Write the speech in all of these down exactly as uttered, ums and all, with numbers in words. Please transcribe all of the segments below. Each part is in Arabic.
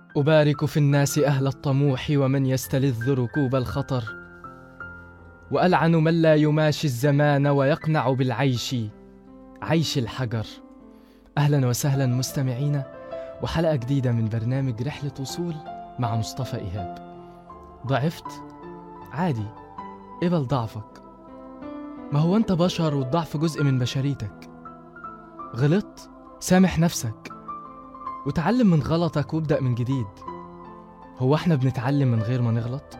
أبارك في الناس أهل الطموح ومن يستلذ ركوب الخطر، وألعن من لا يماشي الزمان ويقنع بالعيش عيش الحجر. أهلا وسهلا مستمعينا، وحلقة جديدة من برنامج رحلة وصول مع مصطفى إيهاب. ضعفت؟ عادي، قبل ضعفك، ما هو أنت بشر والضعف جزء من بشريتك. غلطت؟ سامح نفسك وتعلم من غلطك وابدأ من جديد. هو احنا بنتعلم من غير ما نغلط؟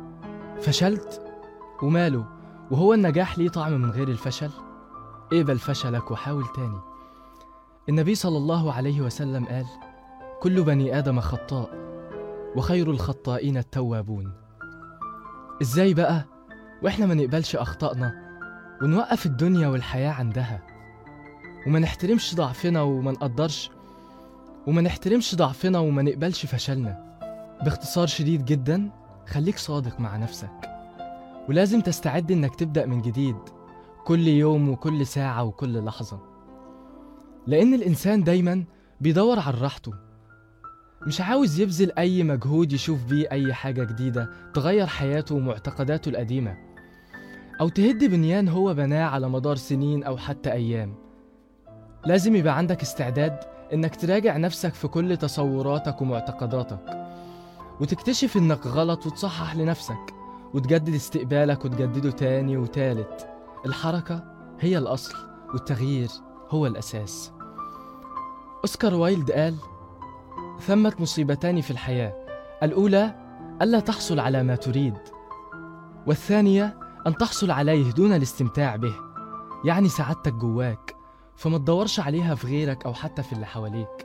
فشلت؟ وماله، وهو النجاح ليه طعم من غير الفشل؟ اقبل فشلك وحاول تاني. النبي صلى الله عليه وسلم قال: كل بني آدم خطاء وخير الخطائين التوابون. ازاي بقى واحنا ما نقبلش أخطائنا ونوقف الدنيا والحياة عندها، وما نحترمش ضعفنا وما نقدرش وما نحترمش ضعفنا وما نقبلش فشلنا؟ باختصار شديد جدا، خليك صادق مع نفسك، ولازم تستعد انك تبدأ من جديد كل يوم وكل ساعة وكل لحظة، لأن الإنسان دايما بيدور على راحته، مش عاوز يبذل أي مجهود يشوف بيه أي حاجة جديدة تغير حياته ومعتقداته القديمة، أو تهد بنيان هو بناه على مدار سنين أو حتى أيام. لازم يبقى عندك استعداد إنك تراجع نفسك في كل تصوراتك ومعتقداتك، وتكتشف إنك غلط وتصحح لنفسك وتجدد استقبالك وتجدده تاني وتالت. الحركة هي الأصل والتغيير هو الأساس. أوسكار وايلد قال: ثمة مصيبتان في الحياة، الأولى ألا تحصل على ما تريد، والثانية أن تحصل عليه دون الاستمتاع به. يعني سعادتك جواك، فما تدورش عليها في غيرك أو حتى في اللي حواليك.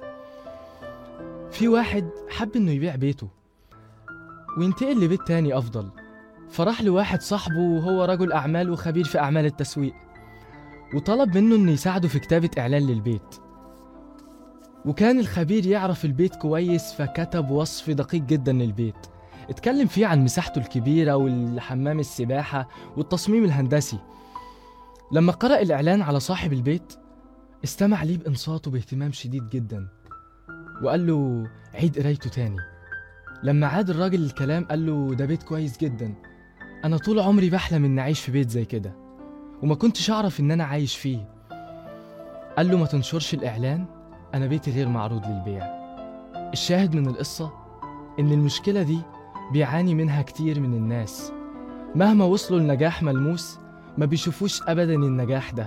في واحد حب إنه يبيع بيته وينتقل لبيت تاني أفضل، فراح لواحد صاحبه وهو رجل أعمال وخبير في أعمال التسويق، وطلب منه إنه يساعده في كتابة إعلان للبيت. وكان الخبير يعرف البيت كويس، فكتب وصف دقيق جدا للبيت، اتكلم فيه عن مساحته الكبيرة والحمام السباحة والتصميم الهندسي. لما قرأ الإعلان على صاحب البيت استمع ليه بإنصات وباهتمام شديد جدا، وقال له عيد قرايته تاني. لما عاد الراجل الكلام قال له: ده بيت كويس جدا، أنا طول عمري بحلم إن أعيش في بيت زي كده، وما كنتش أعرف إن أنا عايش فيه. قال له: ما تنشرش الإعلان، أنا بيتي غير معروض للبيع. الشاهد من القصة إن المشكلة دي بيعاني منها كتير من الناس، مهما وصلوا لنجاح ملموس ما بيشوفوش أبدا النجاح ده،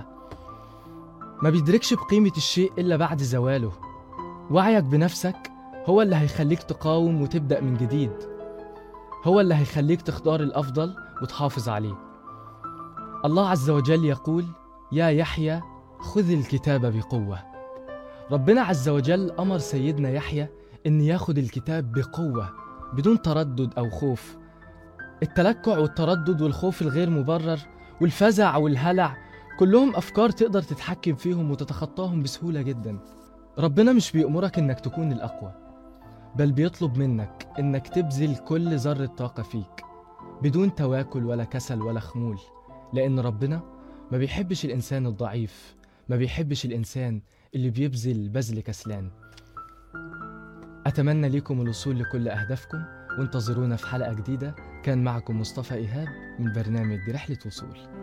ما بيدركش بقيمة الشيء إلا بعد زواله. وعيك بنفسك هو اللي هيخليك تقاوم وتبدأ من جديد، هو اللي هيخليك تختار الأفضل وتحافظ عليه. الله عز وجل يقول: يا يحيى خذ الكتاب بقوة. ربنا عز وجل أمر سيدنا يحيى إن ياخد الكتاب بقوة بدون تردد أو خوف. التلكع والتردد والخوف الغير مبرر والفزع والهلع كلهم أفكار تقدر تتحكم فيهم وتتخطاهم بسهولة جدا. ربنا مش بيأمرك إنك تكون الأقوى، بل بيطلب منك إنك تبذل كل ذرة طاقة فيك بدون تواكل ولا كسل ولا خمول، لأن ربنا ما بيحبش الإنسان الضعيف، ما بيحبش الإنسان اللي بيبذل بذل كسلان. أتمنى لكم الوصول لكل أهدافكم، وانتظرونا في حلقة جديدة. كان معكم مصطفى إيهاب من برنامج رحلة وصول.